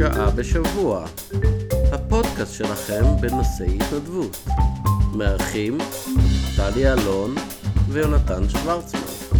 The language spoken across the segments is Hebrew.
שעה בשבוע, הפודקאסט שלכם בנושא התנדבות. מארחים טלי אלון ויונתן שוורצמן.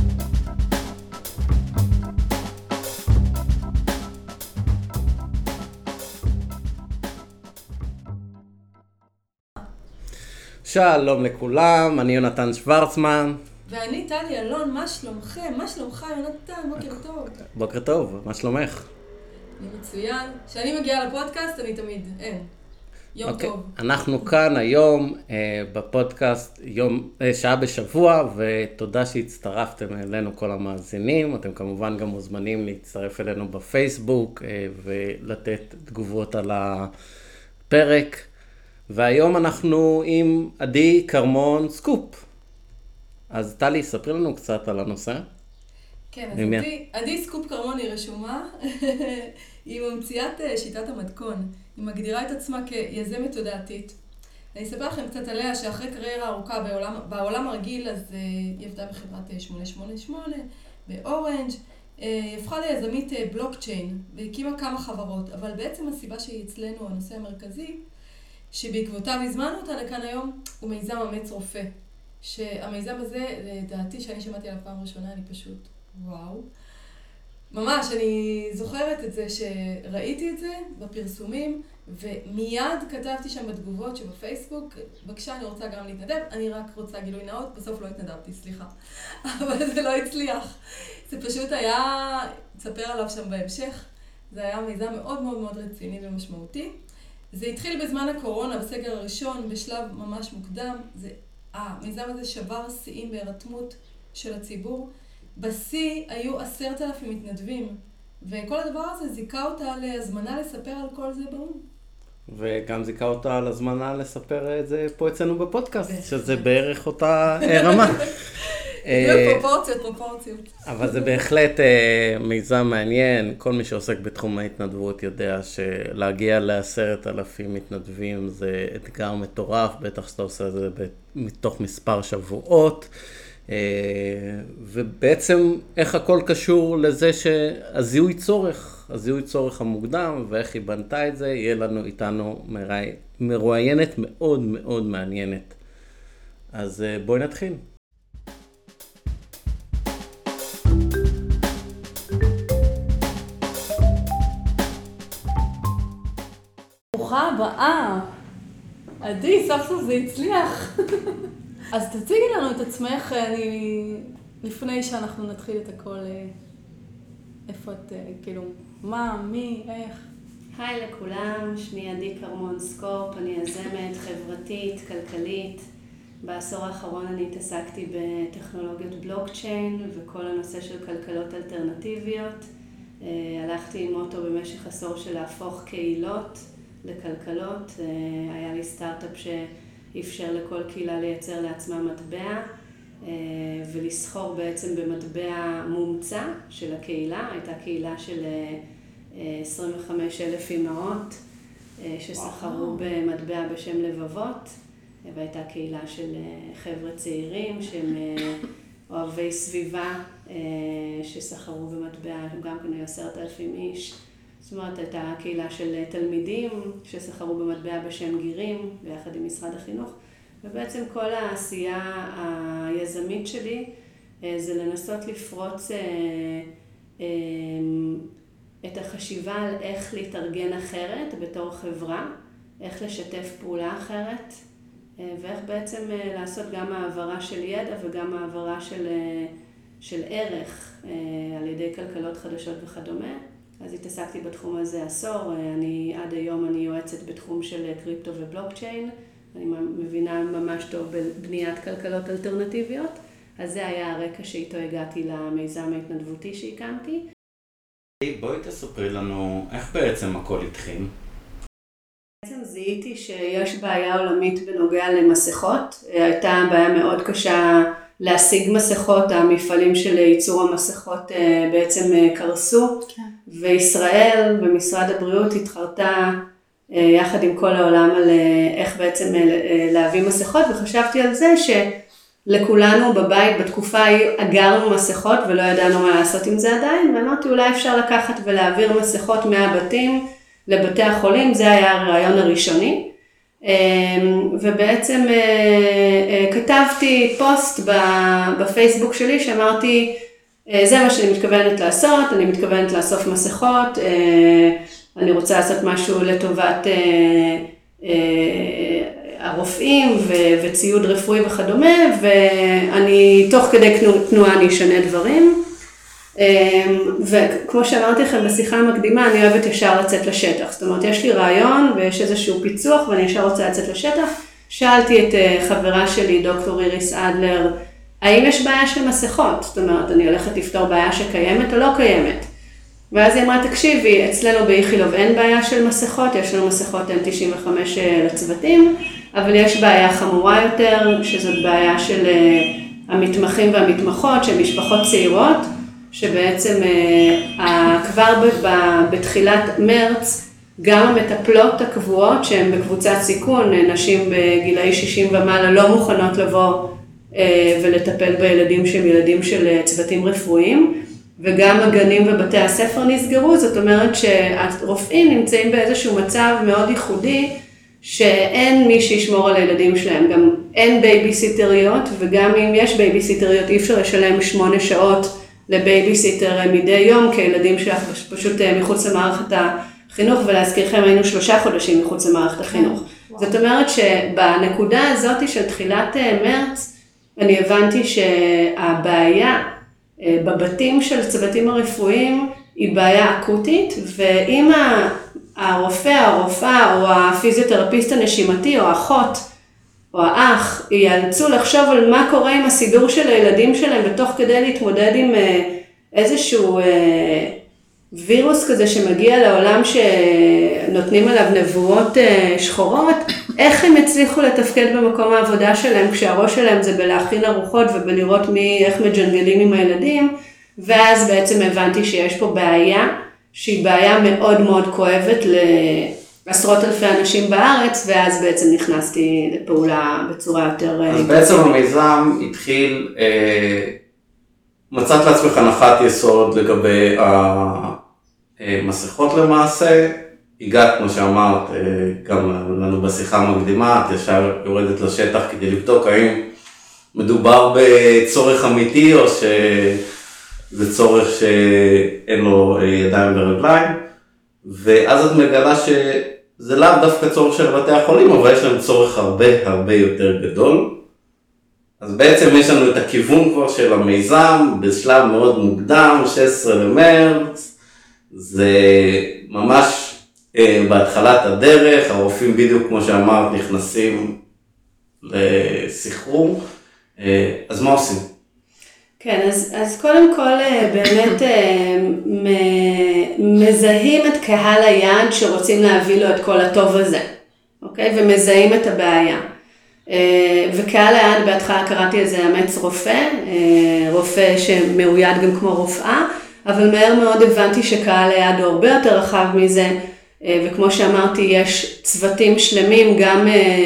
שלום לכולם, אני יונתן שוורצמן. ואני טלי אלון, מה שלומכם? מה שלומך יונתן? בוקר טוב. בוקר טוב, מה שלומך? אני מצוין. כשאני מגיעה לפודקאסט אני תמיד, יום טוב. אנחנו כאן היום בפודקאסט שעה בשבוע, ותודה שהצטרפתם אלינו כל המאזינים. אתם כמובן גם מוזמנים להצטרף אלינו בפייסבוק ולתת תגובות על הפרק. והיום אנחנו עם עדי כרמון סקופ. אז טלי, ספרי לנו קצת על הנושא. כן, אז עדי סקופ כרמון היא רשומה. היא ממציאת שיטת המתכון. היא מגדירה את עצמה כיזמת תודעתית. אני אספר לכם קצת עליה שאחרי קריירה ארוכה בעולם הרגיל, אז היא עבדה בחברת 888, באורנג'. היא הפכה ליזמית בלוקצ'יין והקימה כמה חברות, אבל בעצם הסיבה שהיא אצלנו, הנושא המרכזי, שבעקבותיו הזמנו אותה לכאן היום, הוא מיזם אמץ רופא. שהמיזם הזה, לדעתי שאני שמעתי עליו פעם ראשונה, אני פשוט וואו. ממש, אני זוכרת את זה שראיתי את זה בפרסומים, ומיד כתבתי שם בתגובות שבפייסבוק, בבקשה, אני רוצה גם להתנדב, אני רק רוצה גילוי נאות, בסוף לא התנדבתי, סליחה. אבל זה לא הצליח. זה פשוט היה, תספר עליו שם בהמשך, זה היה מיזם מאוד מאוד מאוד רציני ומשמעותי. זה התחיל בזמן הקורונה, בסגר הראשון, בשלב ממש מוקדם. המיזם הזה שבר שיאים בהירתמות של הציבור. בשיא היו 10,000 מתנדבים, וכל הדבר הזה זיקה אותה להזמנה לספר על כל זה באום. וגם זיקה אותה להזמנה לספר את זה פה אצלנו בפודקאסט, שזה בערך אותה רמה. פרופורציות. אבל זה בהחלט מיזם מעניין. כל מי שעוסק בתחום ההתנדבות יודע שלהגיע ל10,000 מתנדבים זה אתגר מטורף, בטח שאתה עושה את זה מתוך מספר שבועות. ובעצם איך הכל קשור לזה שהזיהוי צורך המוקדם ואיך היא בנתה את זה, יהיה לנו איתנו מרואיינת מאוד מאוד מעניינת. אז בואי נתחיל. ברוכה הבאה. עדי, סוף סוף זה הצליח. אז תציגי לנו את עצמך, לפני שאנחנו נתחיל את הכל, איפה את, כאילו, מה, מי, איך? היי לכולם, שמי עדי כרמון סקופ, אני יזמת, חברתית, כלכלית. בעשור האחרון אני התעסקתי בטכנולוגיות בלוקצ'יין וכל הנושא של כלכלות אלטרנטיביות. הלכתי עם מוטו במשך עשור של להפוך קהילות לכלכלות. היה לי סטארט-אפ שאפשר לכל קהילה לייצר לעצמה מטבע ולסחור בעצם במטבע מומצא של הקהילה. הייתה קהילה של 25,000 אימהות שסחרו במטבע בשם לבבות, והייתה קהילה של חבר'ה צעירים שהם אוהבי סביבה שסחרו במטבע, גם כן 10,000 איש. זאת אומרת, הייתה קהילה של תלמידים שסחרו במטבע בשם גירים, ביחד עם משרד החינוך. ובעצם כל העשייה היזמית שלי זה לנסות לפרוץ את החשיבה על איך להתארגן אחרת בתור חברה, איך לשתף פעולה אחרת, ואיך בעצם לעשות גם העברה של ידע וגם העברה של ערך על ידי כלכלות חדשות וכדומה. אז התעסקתי בתחום הזה עשור. עד היום אני יועצת בתחום של קריפטו ובלוקצ'יין. אני מבינה ממש טוב בבניית כלכלות אלטרנטיביות. אז זה היה הרקע שאיתו הגעתי למיזם ההתנדבותי שהקמתי. בואי תספרי לנו איך בעצם הכל התחיל. בעצם זיהיתי שיש בעיה עולמית בנוגע למסכות. הייתה בעיה מאוד קשה להשיג מסכות. המפעלים של ייצור המסכות בעצם קרסו. כן. וישראל ומשרד הבריאות התחרתה יחד עם כל העולם על איך בעצם להביא מסכות, וחשבתי על זה שלכולנו בבית בתקופה אגרנו מסכות ולא ידענו מה לעשות עם זה עדיין, ואמרתי אולי אפשר לקחת ולהעביר מסכות מהבתים לבתי החולים, זה היה הרעיון הראשוני. ובעצם כתבתי פוסט בפייסבוק שלי שאמרתי, זה מה שאני מתכוונת לעשות, אני מתכוונת לאסוף מסכות, אני רוצה לעשות משהו לטובת הרופאים וציוד רפואי וכדומה, ואני תוך כדי תנועה אני אשנה דברים. וכמו שאמרתי לכם בשיחה המקדימה, אני אוהבת ישר לצאת לשטח. זאת אומרת, יש לי רעיון ויש איזשהו פיצוח ואני ישר רוצה לצאת לשטח. שאלתי את חברה שלי, דוקטור איריס אדלר, האם יש בעיה של מסכות? זאת אומרת, אני הולכת לפתור בעיה שקיימת או לא קיימת. ואז היא אמרה, תקשיבי, אצלנו באיכילוב אין בעיה של מסכות, יש לנו מסכות N95 לצוותים, אבל יש בעיה חמורה יותר, שזאת בעיה של המתמחים והמתמחות, של משפחות צעירות, שבעצם כבר בתחילת מרץ, גם המטפלות הקבועות שהן בקבוצת סיכון, נשים בגילאי 60 ומעלה לא מוכנות לבוא ולטפל בילדים שהם ילדים של צוותים רפואיים, וגם הגנים ובתי הספר נסגרו, זאת אומרת שהרופאים נמצאים באיזשהו מצב מאוד ייחודי, שאין מי שישמור על הילדים שלהם, גם אין בייביסיטריות, וגם אם יש בייביסיטריות אי אפשר לשלם 8 שעות לבייביסיטר מדי יום, כי הילדים שלך פשוט מחוץ למערכת החינוך, ולהזכירכם היינו 3 חודשים מחוץ למערכת החינוך. זאת אומרת שבנקודה הזאת של תחילת מרץ, אני הבנתי שהבעיה בבתים של צוותים הרפואיים היא בעיה אקוטית, ואם הרופא, הרופאה או הפיזיותרפיסט הנשימתי או האחות או האח ייאלצו לחשוב על מה קורה עם הסידור של הילדים שלהם, בתוך כדי להתמודד עם איזשהו וירוס כזה שמגיע לעולם שנותנים עליו נבואות שחורות, איך הם הצליחו לתפקד במקום העבודה שלהם, כשהראש שלהם זה בלהכין ארוחות ובלראות איך מג'נגלים עם הילדים, ואז בעצם הבנתי שיש פה בעיה, שהיא בעיה מאוד מאוד כואבת לעשרות אלפי אנשים בארץ, ואז בעצם נכנסתי לפעולה בצורה יותר... אז בעצם המיזם התחיל, מצאת לעצמך הנחת יסוד לגבי המסכות למעשה, הגעת, כמו שאמרת, גם לנו בשיחה המקדימה, את ישר יורדת לשטח כדי לבדוק האם מדובר בצורך אמיתי או שזה צורך שאין לו ידיים ורגליים, ואז את מגלה שזה לאו דווקא צורך של בתי החולים, אבל יש להם צורך הרבה יותר גדול. אז בעצם יש לנו את הכיוון כבר של המיזם בשלב מאוד מוקדם, 16 למרץ, זה ממש בהתחלת הדרך, הרופאים בדיוק כמו שאמרת נכנסים לסחרור, אז מה עושים? כן, אז קודם כל באמת מזהים את קהל היעד שרוצים להביא לו את כל הטוב הזה, אוקיי? ומזהים את הבעיה. וקהל היעד בהתחלה קראתי לזה אמץ רופא, רופא שמאויד גם כמו רופאה, אבל מהר מאוד הבנתי שקהל היעד הוא הרבה יותר רחב מזה, וכמו שאמרתי יש צוותים שלמים, גם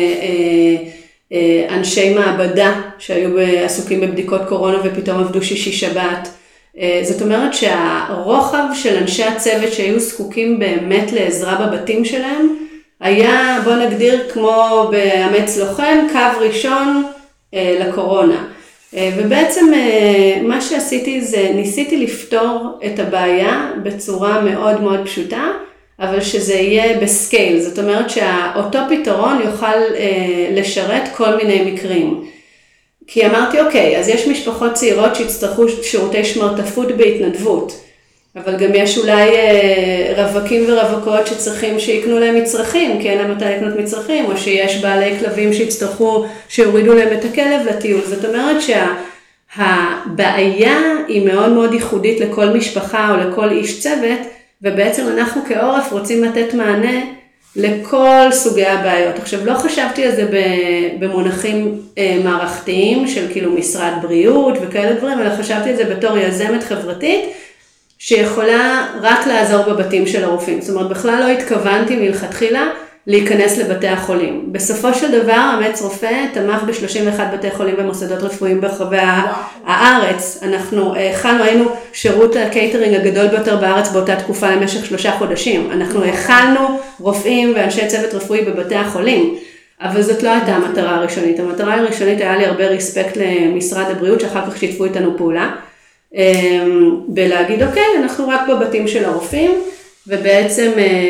אנשי מעבדה שהיו עסוקים בבדיקות קורונה ופתאום עבדו שישי שבת. זאת אומרת שהרוחב של אנשי הצוות שהיו זקוקים באמת לעזרה בבתים שלהם, היה בוא נגדיר כמו באמץ לוחם, קו ראשון לקורונה. ובעצם מה שעשיתי זה ניסיתי לפתור את הבעיה בצורה מאוד מאוד פשוטה, אבל שזה יהיה בסקייל, זאת אומרת שאותו פתרון יוכל לשרת כל מיני מקרים. כי אמרתי, אוקיי, אז יש משפחות צעירות שיצטרכו שירותי שמרטפות בהתנדבות, אבל גם יש אולי רווקים ורווקות שצריכים שיקנו להם מצרכים, כי אין להם מתי לקנות מצרכים, או שיש בעלי כלבים שיורידו להם את הכלב לטיול. זאת אומרת שהבעיה היא מאוד מאוד ייחודית לכל משפחה או לכל איש צוות, ובעצם אנחנו כעורף רוצים לתת מענה לכל סוגי הבעיות. עכשיו, לא חשבתי על זה במונחים מערכתיים של כאילו משרד בריאות וכאלה דברים, אלא חשבתי על זה בתור יזמת חברתית, שיכולה רק לעזור בבתים של הרופאים. זאת אומרת, בכלל לא התכוונתי מלכתחילה להיכנס לבתי החולים. בסופו של דבר, אמץ רופא תמך ב-31 בתי חולים ומוסדות רפואיים ברחבי הארץ. אנחנו היינו שירות הקייטרינג הגדול ביותר בארץ באותה תקופה למשך 3 חודשים. אנחנו הכנו רופאים ואנשי צוות רפואי בבתי החולים, אבל זאת לא הייתה המטרה הראשונית. המטרה הראשונית היה לי הרבה ריספקט למשרד הבריאות, שאחר כך שיתפו איתנו פעולה, בלהגיד, אוקיי, אנחנו רק בבתים של הרופאים, ובעצם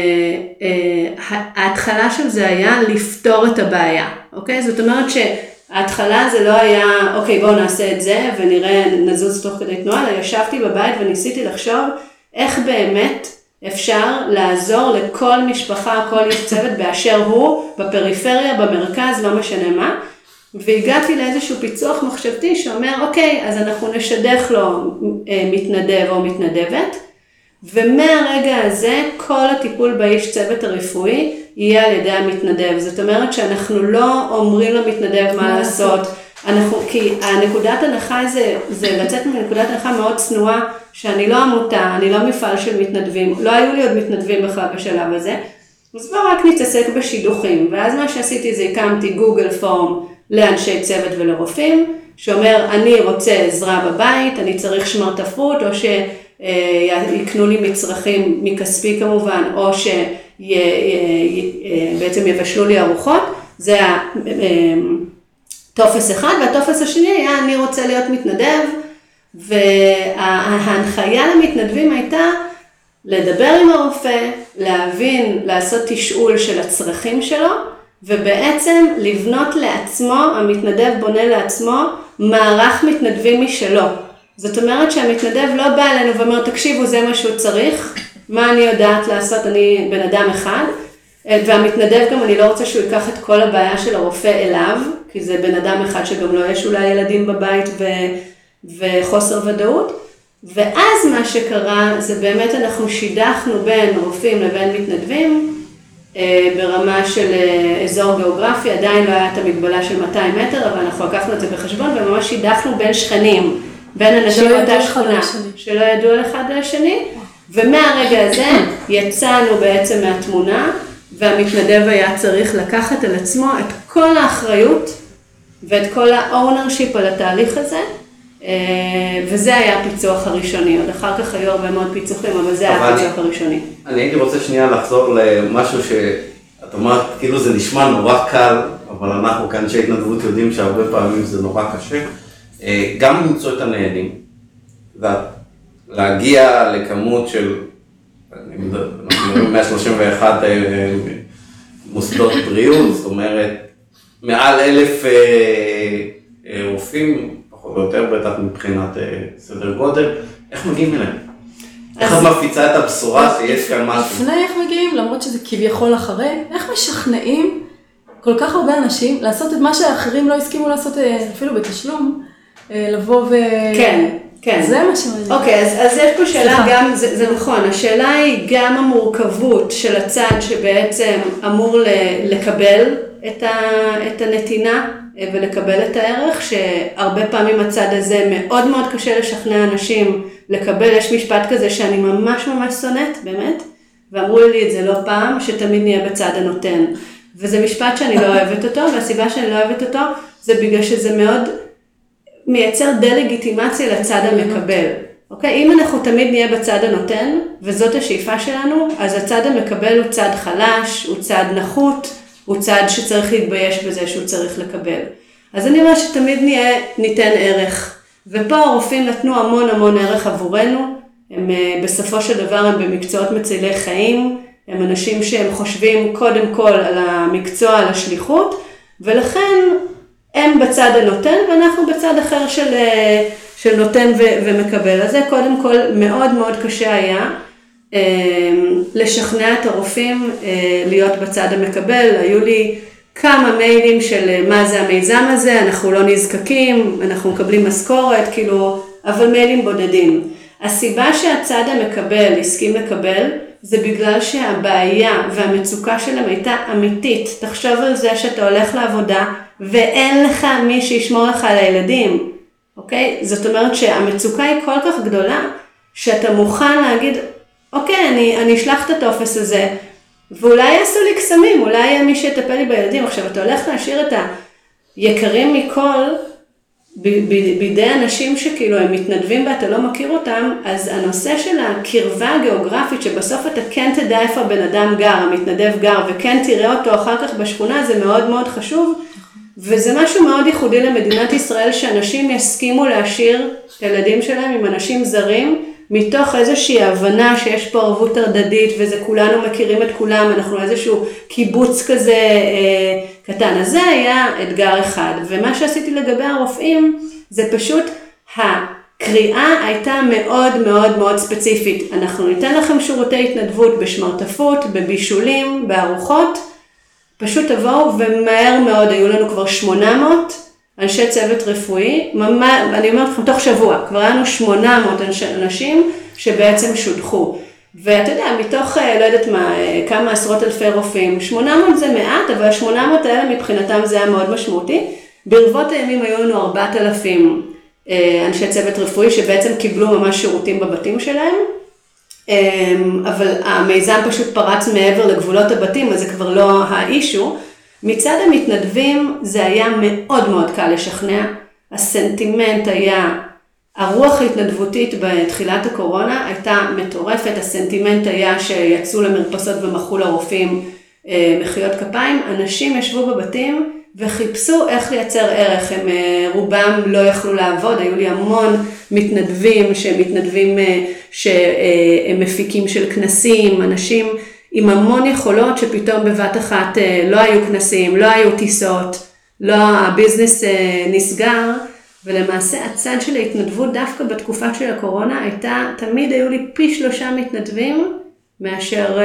ההתחלה של זה היה לפתור את הבעיה, אוקיי? זאת אומרת שההתחלה זה לא היה, אוקיי, בואו נעשה את זה, ונראה, נזוז תוך כדי תנועה, אלא ישבתי בבית וניסיתי לחשוב איך באמת אפשר לעזור לכל משפחה, כל איש צוות באשר הוא, בפריפריה, במרכז, לא משנה מה, והגעתי לאיזשהו פיצוח מחשבתי שאומר, אוקיי, אז אנחנו נשדך לו מתנדב או מתנדבת, ומהרגע הזה כל הטיפול באיש צוות הרפואי יהיה על ידי המתנדב. זאת אומרת שאנחנו לא אומרים למתנדב מה לעשות, כי הנקודת הנחה זה לצאת מנקודת הנחה מאוד צנועה, שאני לא עמותה, אני לא מפעל של מתנדבים, לא היו לי עוד מתנדבים בכלל בשלב הזה, אז בואו רק נתעסק בשידוכים, ואז מה שעשיתי זה הקמתי גוגל פורם לאנשי צוות ולרופאים, שאומר אני רוצה עזרה בבית, אני צריך שמרטפות, או שיקנו לי מצרכים מכספי כמובן, או שבעצם יבשלו לי ארוחות, זה הטופס אחד, והטופס השני היה אני רוצה להיות מתנדב, וההנחיה למתנדבים הייתה לדבר עם הרופא, להבין, לעשות תשאול של הצרכים שלו, ובעצם לבנות לעצמו, המתנדב בונה לעצמו, מערך מתנדבים משלו. זאת אומרת שהמתנדב לא בא אלינו ואומר, תקשיבו, זה מה שהוא צריך, מה אני יודעת לעשות, אני בן אדם אחד, והמתנדב גם אני לא רוצה שהוא ייקח את כל הבעיה של הרופא אליו, כי זה בן אדם אחד שגם לא יש אולי ילדים בבית וחוסר ודאות, ואז מה שקרה זה באמת אנחנו שידכנו בין רופאים לבין מתנדבים, ברמה של אזור גיאוגרפי, עדיין לא היה את המגבלה של 200 מטר, אבל אנחנו לקחנו את זה בחשבון, וממש שידכנו בין שכנים, בין אנשים באותה שכונה, שלא ידעו אחד לשני, ומהרגע הזה יצאנו בעצם מהתמונה, והמתנדב היה צריך לקחת על עצמו את כל האחריות, ואת כל ה-ownership על התהליך הזה, וזה היה הפיצוח הראשוני, עוד אחר כך היו הרבה מאוד פיצוחים, אבל זה היה הפיצוח הראשוני. אני הייתי רוצה שנייה לחזור למשהו שאת אומרת, כאילו זה נשמע נורא קל, אבל אנחנו כאן שהתנדבות יודעים שהרבה פעמים זה נורא קשה, גם למצוא את הנהנים, להגיע לכמות של, אנחנו מדברים 131 מוסדות בריאות, זאת אומרת, מעל 1,000 רופאים, או יותר בטח מבחינת סדר גודל, איך מגיעים אליהם? איך את מפיצה את הבשורה שיש כאן משהו? לפני איך מגיעים, למרות שזה כביכול אחרי, איך משכנעים כל כך הרבה אנשים לעשות את מה שהאחרים לא הסכימו לעשות אפילו בתשלום, לבוא ו... כן, כן. זה מה שמעניין. אוקיי, אז יש פה שאלה גם, זה נכון, השאלה היא גם המורכבות של הצד שבעצם אמור לקבל את הנתינה, ולקבל את הערך, שהרבה פעמים הצד הזה מאוד מאוד קשה לשכנע אנשים לקבל, יש משפט כזה שאני ממש ממש שונאת, באמת, ואמרו לי את זה לא פעם, שתמיד נהיה בצד הנותן. וזה משפט שאני לא אוהבת אותו, והסיבה שאני לא אוהבת אותו, זה בגלל שזה מאוד מייצר דה-לגיטימציה לצד המקבל. אוקיי? אם אנחנו תמיד נהיה בצד הנותן, וזאת השאיפה שלנו, אז הצד המקבל הוא צד חלש, הוא צד נחות, הוא צד שצריך להתבייש בזה שהוא צריך לקבל. אז אני אומר שתמיד ניתן ערך. ופה הרופאים נתנו המון המון ערך עבורנו. הם בסופו של דבר הם במקצועות מצילי חיים. הם אנשים שהם חושבים קודם כל על המקצוע, על השליחות. ולכן הם בצד הנותן ואנחנו בצד אחר של נותן ומקבל. אז זה קודם כל מאוד מאוד קשה היה. לשכנע את הרופאים להיות בצד המקבל. היו לי כמה מיילים של מה זה המיזם הזה, אנחנו לא נזקקים, אנחנו מקבלים משכורת, כאילו, אבל מיילים בודדים. הסיבה שהצד המקבל הסכים לקבל, זה בגלל שהבעיה והמצוקה שלהם הייתה אמיתית. תחשוב על זה שאתה הולך לעבודה ואין לך מי שישמור לך על הילדים, אוקיי? זאת אומרת שהמצוקה היא כל כך גדולה, שאתה מוכן להגיד, אוקיי, אני אשלח את הטופס הזה, ואולי יעשו לי קסמים, אולי יהיה מי שיטפל לי בילדים. עכשיו, אתה הולך להשאיר את היקרים מכל בידי אנשים שכאילו הם מתנדבים ואתה לא מכיר אותם, אז הנושא של הקרבה הגיאוגרפית, שבסוף אתה כן תדע איפה הבן אדם גר, המתנדב גר, וכן תראה אותו אחר כך בשכונה, זה מאוד מאוד חשוב, וזה משהו מאוד ייחודי למדינת ישראל, שאנשים יסכימו להשאיר את הילדים שלהם עם אנשים זרים, מתוך איזושהי הבנה שיש פה ערבות הדדית, וזה כולנו מכירים את כולם, אנחנו איזשהו קיבוץ כזה קטן. אז זה היה אתגר אחד, ומה שעשיתי לגבי הרופאים, זה פשוט הקריאה הייתה מאוד מאוד מאוד ספציפית. אנחנו ניתן לכם שירותי התנדבות בשמרטפות, בבישולים, בארוחות, פשוט תבואו, ומהר מאוד היו לנו כבר 800 אנשי צוות רפואי, אני אומרת לכם, תוך שבוע, כבר היינו 800 אנשים שבעצם שודחו. ואתה יודע, מתוך, לא יודעת מה, כמה עשרות אלפי רופאים, 800 זה מעט, אבל 800 האלה מבחינתם זה היה מאוד משמעותי. ברבות הימים היו לנו 4,000 אנשי צוות רפואי שבעצם קיבלו ממש שירותים בבתים שלהם, אבל המיזם פשוט פרץ מעבר לגבולות הבתים, אז זה כבר לא האישו. מצד המתנדבים זה היה מאוד מאוד קל לשכנע, הסנטימנט היה, הרוח ההתנדבותית בתחילת הקורונה הייתה מטורפת, הסנטימנט היה שיצאו למרפסות ומחאו לרופאים מחיאות כפיים, אנשים ישבו בבתים וחיפשו איך לייצר ערך, הם רובם לא יכלו לעבוד, היו לי המון מתנדבים שהם מפיקים של כנסים, אנשים עם המון יכולות שפתאום בבת אחת לא היו כנסים, לא היו טיסות, לא הביזנס נסגר, ולמעשה הצד של ההתנדבות דווקא בתקופה של הקורונה הייתה, תמיד היו לי פי 3 מתנדבים מאשר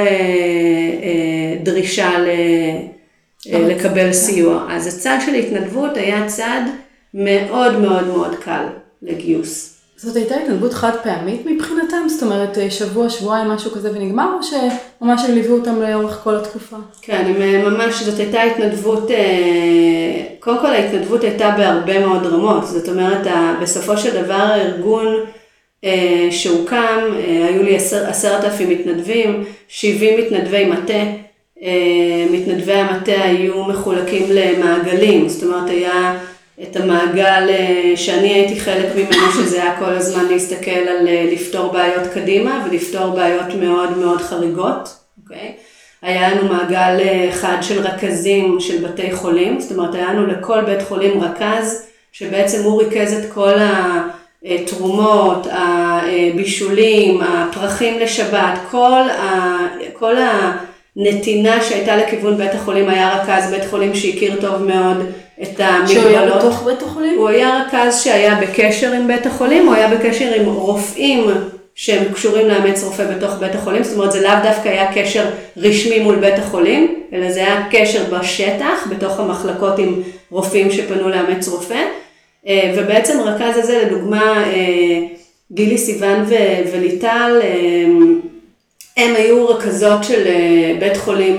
דרישה לקבל סיוע. אז הצד של ההתנדבות היה צד מאוד מאוד מאוד קל לגיוס. זאת הייתה התנדבות חד פעמית מבחינתם? זאת אומרת, שבוע, שבועיים, משהו כזה ונגמר, או שממש הם ליוו אותם לאורך כל התקופה? כן, ממש, זאת הייתה התנדבות, קודם כל ההתנדבות הייתה בהרבה מאוד רמות, זאת אומרת, בסופו של דבר הארגון שהוקם, היו לי 10,000 מתנדבים, 70 מתנדבי מטה, מתנדבי המטה היו מחולקים למעגלים, זאת אומרת, היה את המעגל שאני הייתי חלק ממנו, שזה היה כל הזמן להסתכל על לפתור בעיות קדימה, ולפתור בעיות מאוד מאוד חריגות, אוקיי? היה לנו מעגל אחד של רכזים של בתי חולים, זאת אומרת, היה לנו לכל בית חולים רכז, שבעצם הוא ריכז את כל התרומות, הבישולים, הפרחים לשבת, כל הנתינה שהייתה לכיוון בית החולים, היה רכז בית חולים שהכיר טוב מאוד את המגבלות. שהוא היה בתוך בית החולים? הוא היה רכז שהיה בקשר עם בית החולים, הוא היה בקשר עם רופאים שהם קשורים לאמץ רופא בתוך בית החולים, זאת אומרת זה לאו דווקא היה קשר רשמי מול בית החולים, אלא זה היה קשר בשטח, בתוך המחלקות עם רופאים שפנו לאמץ רופא, ובעצם הרכז הזה לדוגמה, גילי סיוון וליטל, הם היו רכזות של בית חולים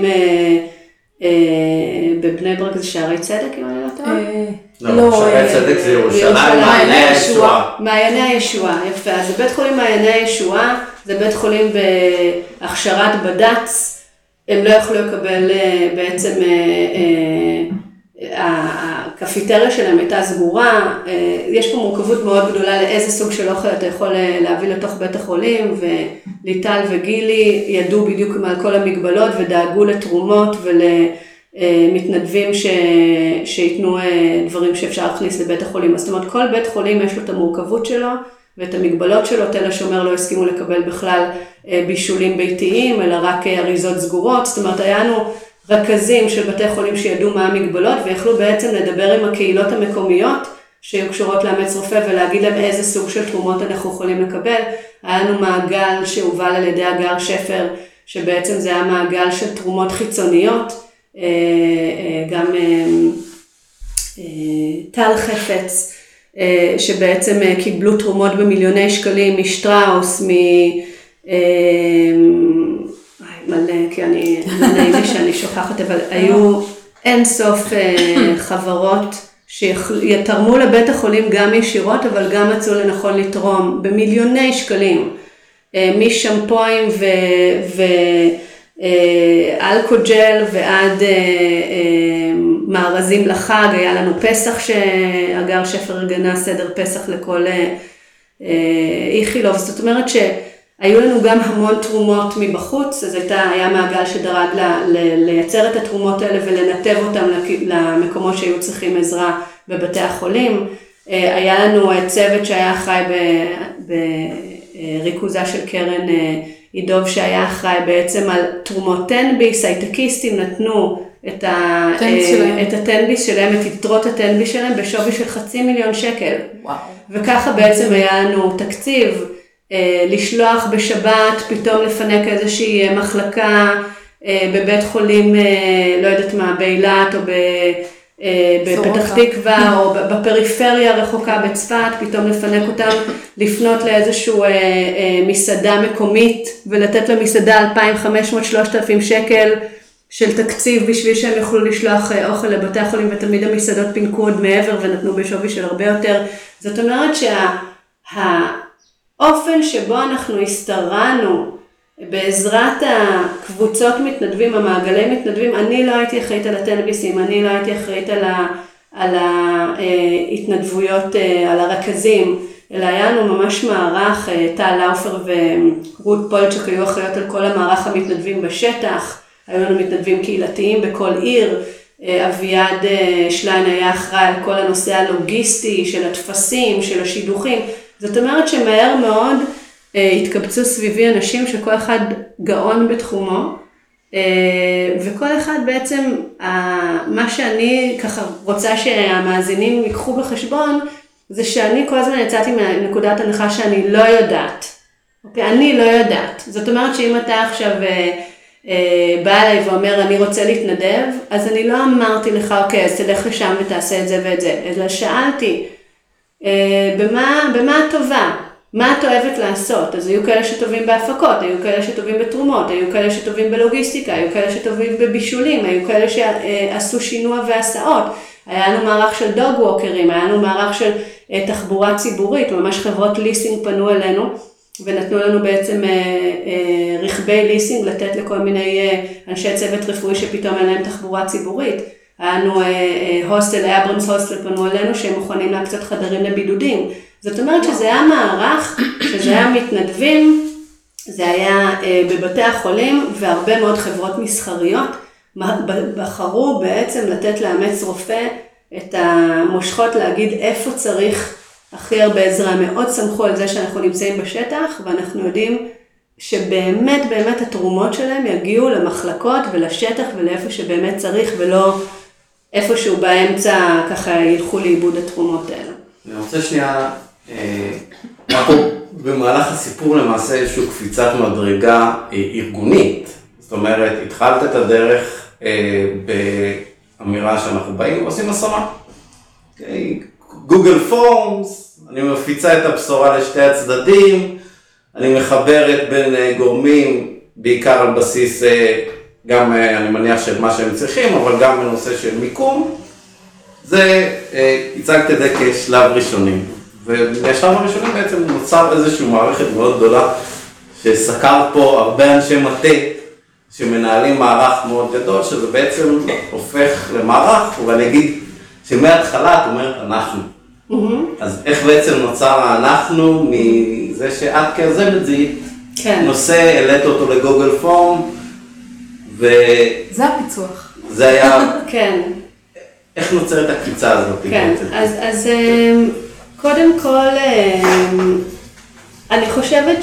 בבני ברק, זה שערי צדק, אם אני לא טועה? לא, שערי צדק זה ירושלים, מעייני הישועה. מעייני הישועה, יפה. אז זה בית חולים מעייני הישועה, זה בית חולים בהכשרת בד"ץ, הם לא יכלו לקבל בעצם, הקפיטריה שלהם הייתה סגורה, יש פה מורכבות מאוד גדולה לאיזה סוג של אוכל אתה יכול להביא לתוך בית החולים, וליטל וגילי ידעו בדיוק על כל המגבלות ודאגו לתרומות ולמתנדבים שיתנו דברים שאפשר להכניס לבית החולים. זאת אומרת, כל בית חולים יש לו את המורכבות שלו ואת המגבלות שלו, תל השומר לא הסכימו לקבל בכלל בישולים ביתיים, אלא רק אריזות סגורות, זאת אומרת, היה לנו רכזים של בתי חולים שידעו מה המגבלות, ויכלו בעצם לדבר עם הקהילות המקומיות, שהיו קשורות לאמץ רופא, ולהגיד להם איזה סוג של תרומות אנחנו יכולים לקבל. היה לנו מעגל שהובל על ידי הגר שפר, שבעצם זה היה מעגל של תרומות חיצוניות, גם טל חפץ, שבעצם קיבלו תרומות במיליוני שקלים משטראוס, מלא, כי אני נעים לי שאני שוכחת, אבל היו אין סוף חברות שיתרמו לבית החולים גם ישירות, אבל גם מצאו לנכון לתרום במיליוני שקלים, משמפויים אלכוג'ל ועד מארזים לחג, היה לנו פסח שאגר שפר ארגנה סדר פסח לכל איכילוב, זאת אומרת שהיו לנו גם המון תרומות מבחוץ, אז היה מעגל שדרג לייצר את התרומות האלה ולנתב אותם למקומות שהיו צריכים עזרה בבתי החולים. היה לנו צוות שהיה אחראי בריכוזה של קרן עידוב שהיה אחראי בעצם על תרומות טנביס, הייטקיסטים נתנו את הטנביס שלהם, את יתרות הטנביס שלהם בשווי של 500,000 שקל. וואו. וככה בעצם היה לנו תקציב לשלוח בשבת, פתאום לפנק איזושהי מחלקה בבית חולים, לא יודעת מה, באילת או בפתח תקווה או בפריפריה רחוקה בצפת, פתאום לפנק אותם, לפנות לאיזשהו מסעדה מקומית ולתת למסעדה 2,500-3,000 שקל של תקציב בשביל שהם יוכלו לשלוח אוכל לבתי החולים, ותמיד המסעדות פינקו עוד מעבר ונתנו בשווי של הרבה יותר. זאת אומרת שהאופן שבו אנחנו הסתרנו בעזרת הקבוצות מתנדבים, המעגלי מתנדבים, אני לא הייתי אחראית על הטנביסים, אני לא הייתי אחראית על ההתנדבויות, על הרכזים, אלא היה לנו ממש מערך, טל לאופר ורות פולצ'ק היו אחראיות על כל המערך המתנדבים בשטח, היו לנו מתנדבים קהילתיים בכל עיר, אביעד שליין היה אחראי על כל הנושא הלוגיסטי של התפסים, של השידוכים, זאת אומרת שמהר מאוד התקבצו סביבי אנשים שכל אחד גאון בתחומו, וכל אחד בעצם, מה שאני ככה רוצה שהמאזינים ייקחו בחשבון, זה שאני כל הזמן יצאתי מנקודת הנחה שאני לא יודעת. אוקיי? אני לא יודעת. זאת אומרת שאם אתה עכשיו בא אליי ואומר אני רוצה להתנדב, אז אני לא אמרתי לך אוקיי, אז תלך לשם ותעשה את זה ואת זה, אלא שאלתי, במה הטובה? מה את אוהבת לעשות? אז היו כאלה שטובים בהפקות, היו כאלה שטובים בתרומות, היו כאלה שטובים בלוגיסטיקה, היו כאלה שטובים בבישולים, היו כאלה שעשו שינוע והסעות. היה לנו מערך של דוג ווקרים, היה לנו מערך של תחבורה ציבורית, ממש חברות ליסינג פנו אלינו, ונתנו לנו בעצם רכבי ליסינג לתת לכל מיני אנשי צוות רפואי שפתאום אין להם תחבורה ציבורית. היה לנו הוסטל, אברמס הוסטל פנו אלינו שהם מוכנים להקצות חדרים לבידודים. זאת אומרת שזה היה מערך, שזה היה מתנדבים, זה היה בבתי החולים, והרבה מאוד חברות מסחריות בחרו בעצם לתת לאמץ רופא את המושכות להגיד איפה צריך הכי הרבה עזרה. מאוד שמחו על זה שאנחנו נמצאים בשטח, ואנחנו יודעים שבאמת באמת התרומות שלהם יגיעו למחלקות ולשטח ולאיפה שבאמת צריך, ולא איפשהו באמצע ככה ילכו לאיבוד התרומות האלה. אני רוצה שנייה, אנחנו במהלך הסיפור למעשה איזושהי קפיצת מדרגה ארגונית. זאת אומרת, התחלת את הדרך באמירה שאנחנו באים ועושים השמה. גוגל פורמס, אני מפיצה את הבשורה לשתי הצדדים, אני מחברת בין גורמים, בעיקר על בסיס, גם אני מניח של מה שהם צריכים, אבל גם בנושא של מיקום. זה, הצגת את זה כשלב ראשוני. ובשלב הראשוני בעצם נוצר איזושהי מערכת מאוד גדולה, שסקרת פה הרבה אנשי מטה, שמנהלים מערך מאוד גדול, שזה בעצם הופך למערך, ואני אגיד שמההתחלה את אומרת אנחנו. אז איך בעצם נוצר אנחנו מזה שאת כיזמת זיהית, נושא, העלית אותו לגוגל פורם, זה הפיצוח. זה היה... כן. איך נוצרת הקפיצה הזאת? כן, אז קודם כל, אני חושבת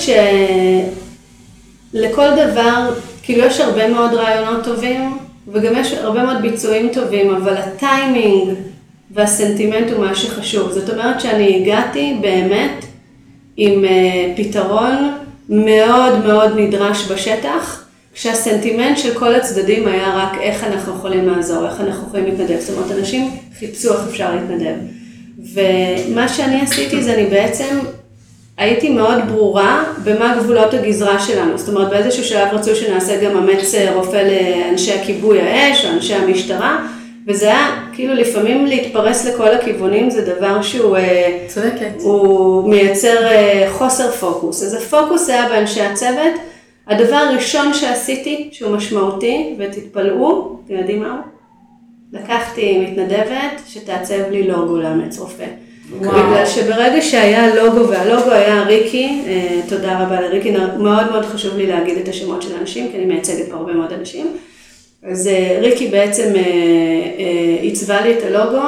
שלכל דבר, כאילו יש הרבה מאוד רעיונות טובים, וגם יש הרבה מאוד ביצועים טובים, אבל הטיימינג והסנטימנט הוא מה שחשוב. זאת אומרת שאני הגעתי באמת עם פתרון מאוד מאוד נדרש בשטח, כשהסנטימנט של כל הצדדים היה רק איך אנחנו יכולים לעזור, איך אנחנו יכולים להתנדב. זאת אומרת, אנשים חיפשו איך אפשר להתנדב. ומה שאני עשיתי זה אני בעצם הייתי מאוד ברורה במה גבולות הגזרה שלנו. זאת אומרת, באיזשהו שלב רצו שנעשה גם אמץ רופא לאנשי הכיבוי האש או אנשי המשטרה, וזה היה כאילו לפעמים להתפרס לכל הכיוונים, זה דבר שהוא צודקת. הוא מייצר חוסר פוקוס. אז הפוקוס היה באנשי הצוות, הדבר הראשון שעשיתי, שהוא משמעותי, ותתפלאו, אתם יודעים מה הוא? לקחתי מתנדבת שתעצב לי לוגו לאמץ רופא. בגלל שברגע שהיה לוגו, והלוגו היה ריקי, תודה רבה לריקי, מאוד מאוד חשוב לי להגיד את השמות של האנשים, כי אני מייצגת פה הרבה מאוד אנשים. אז ריקי בעצם עיצבה לי את הלוגו,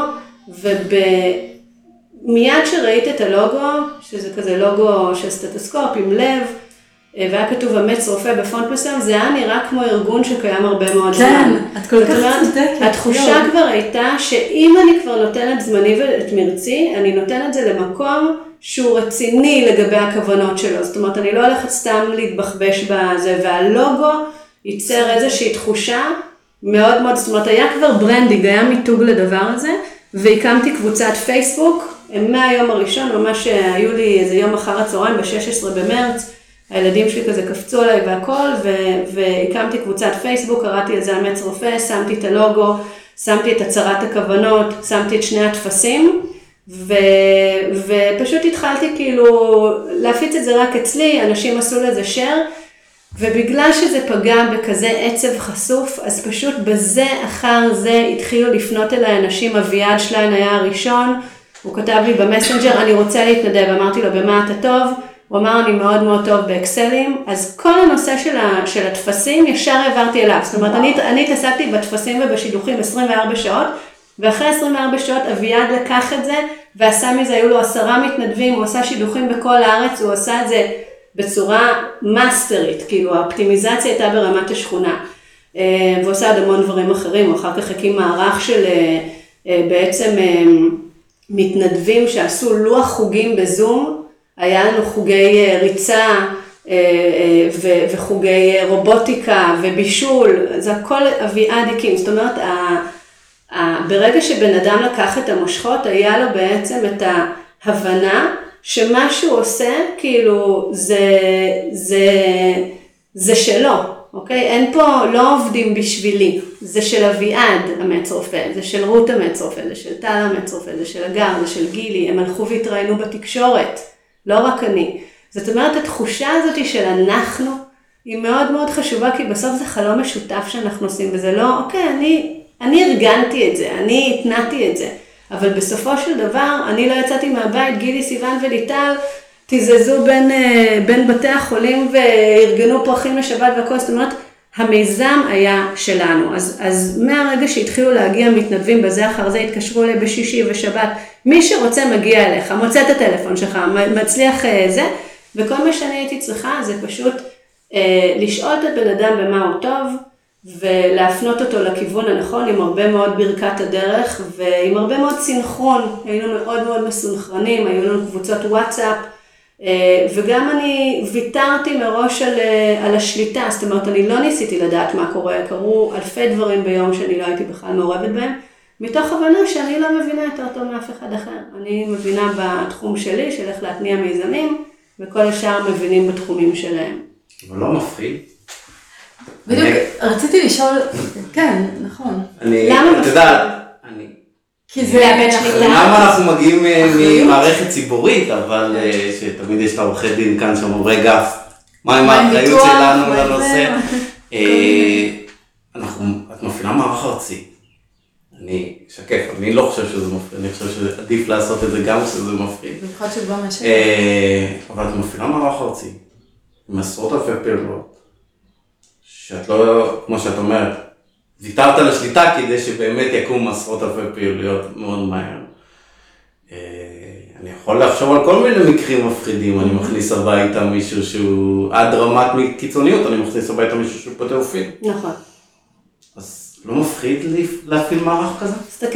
ומיד שראית את הלוגו, שזה כזה לוגו של סטטוסקופ עם לב, והיה כתוב אמץ רופא בפונט מסוים, זה היה נראה כמו ארגון שקיים הרבה מאוד זמן. כן, את כל כך צודקת. התחושה כבר הייתה שאם אני כבר נותנת זמני ואת מרצי, אני נותנת זה למקום שהוא רציני לגבי הכוונות שלו. זאת אומרת, אני לא הולכת סתם להתבחבש בזה, והלוגו ייצר איזושהי תחושה מאוד מאוד, זאת אומרת, היה כבר ברנדינג, היה מיתוג לדבר הזה, והקמתי קבוצת פייסבוק, מהיום הראשון, ממש היו לי איזה יום אחר הצהריים, ב-16 במרץ, הילדים שלי כזה קפצו עליי והכל, והקמתי קבוצת פייסבוק, קראתי על זה אמץ רופא, שמתי את הלוגו, שמתי את הצהרת הכוונות, שמתי את שני התפסים, ופשוט התחלתי כאילו להפיץ את זה רק אצלי, אנשים עשו לזה share, ובגלל שזה פגע בכזה עצב חשוף, אז פשוט בזה אחר זה התחילו לפנות אליי אנשים, אביעד שליין היה הראשון, הוא כתב לי במסנג'ר, אני רוצה להתנדב, אמרתי לו במה אתה טוב, הוא אמר אני מאוד מאוד טוב באקסלים, אז כל הנושא של התפסים ישר העברתי אליו, זאת אומרת אני התעסקתי בתפסים ובשידוכים 24 שעות, ואחרי 24 שעות אביעד לקח את זה, ועשה מזה, היו לו 10 מתנדבים, הוא עשה שידוכים בכל הארץ, הוא עשה את זה בצורה מאסטרית, כאילו האופטימיזציה הייתה ברמת השכונה, והוא עושה עוד המון דברים אחרים, הוא אחר כך הקים מערך של בעצם מתנדבים שעשו לוח חוגים בזום, היה לנו חוגי ריצה וחוגי רובוטיקה ובישול, זה הכל אביעד הקים, זאת אומרת, ברגע שבן אדם לקח את המושכות, היה לו בעצם את ההבנה שמה שהוא עושה, כאילו, זה שלו, אוקיי? אין פה, לא עובדים בשבילי, זה של אביעד אמץ רופא, זה של רות אמץ רופא, זה של טל אמץ רופא, זה של אגר, זה של גילי, הם הלכו והתראינו בתקשורת, לא רק אני. זאת אומרת, התחושה הזאת של אנחנו, היא מאוד מאוד חשובה, כי בסוף זה חלום משותף שאנחנו עושים, וזה לא, אוקיי, אני ארגנתי את זה, אני התנעתי את זה, אבל בסופו של דבר, אני לא יצאתי מהבית, גילי, סיוון וליטל, תזזו בין בתי החולים וארגנו פרחים לשבת והכל, זאת אומרת, המיזם היה שלנו. אז מהרגע שהתחילו להגיע מתנדבים בזה אחר זה, התקשרו אליי בשישי ושבת, מי שרוצה מגיע אליך, מוצא את הטלפון שלך, מצליח זה, וכל מה שאני הייתי צריכה זה פשוט לשאול את הבן אדם במה הוא טוב, ולהפנות אותו לכיוון הנכון עם הרבה מאוד ברכת הדרך, ועם הרבה מאוד סינכרון, היינו מאוד מאוד מסונכרנים, היו לנו קבוצות וואטסאפ, וגם אני ויתרתי מראש על השליטה, זאת אומרת, אני לא ניסיתי לדעת מה קורה, קרו אלפי דברים ביום שאני לא הייתי בכלל מעורבת בהם, מתוך הבנה שאני לא מבינה יותר טוב מאף אחד אחר. אני מבינה בתחום שלי, של איך להתניע מיזמים, וכל השאר מבינים בתחומים שלהם. אבל לא מפחיד. בדיוק, רציתי לשאול, כן, נכון. למה מפחיד? כי זה לאבד שליטה. למה אנחנו מגיעים ממערכת ציבורית, אבל שתמיד יש את העורכי דין כאן שאומרים, רגע, מה עם האחריות שלנו לנושא? את מפעילה מערך ארצי. אני שקף, אני לא חושב שזה מפחיד, אני חושב שעדיף לעשות את זה גם כשזה מפחיד. במיוחד שבא מהשטח. אבל את מפעילה מערך ארצי, עם עשרות אלפי פעולות, שאת לא, כמו שאת אומרת, ויתרת על השליטה כדי שבאמת יקום עשרות אלפי פעילויות מאוד מהר. אני יכול לחשוב על כל מיני מקרים מפחידים, אני מכניס הביתה מישהו שהוא עד רמת קיצוניות, אני מכניס הביתה מישהו שהוא פוטאופיל. נכון. אז לא מפחיד להפעיל מערך כזה? תסתכל,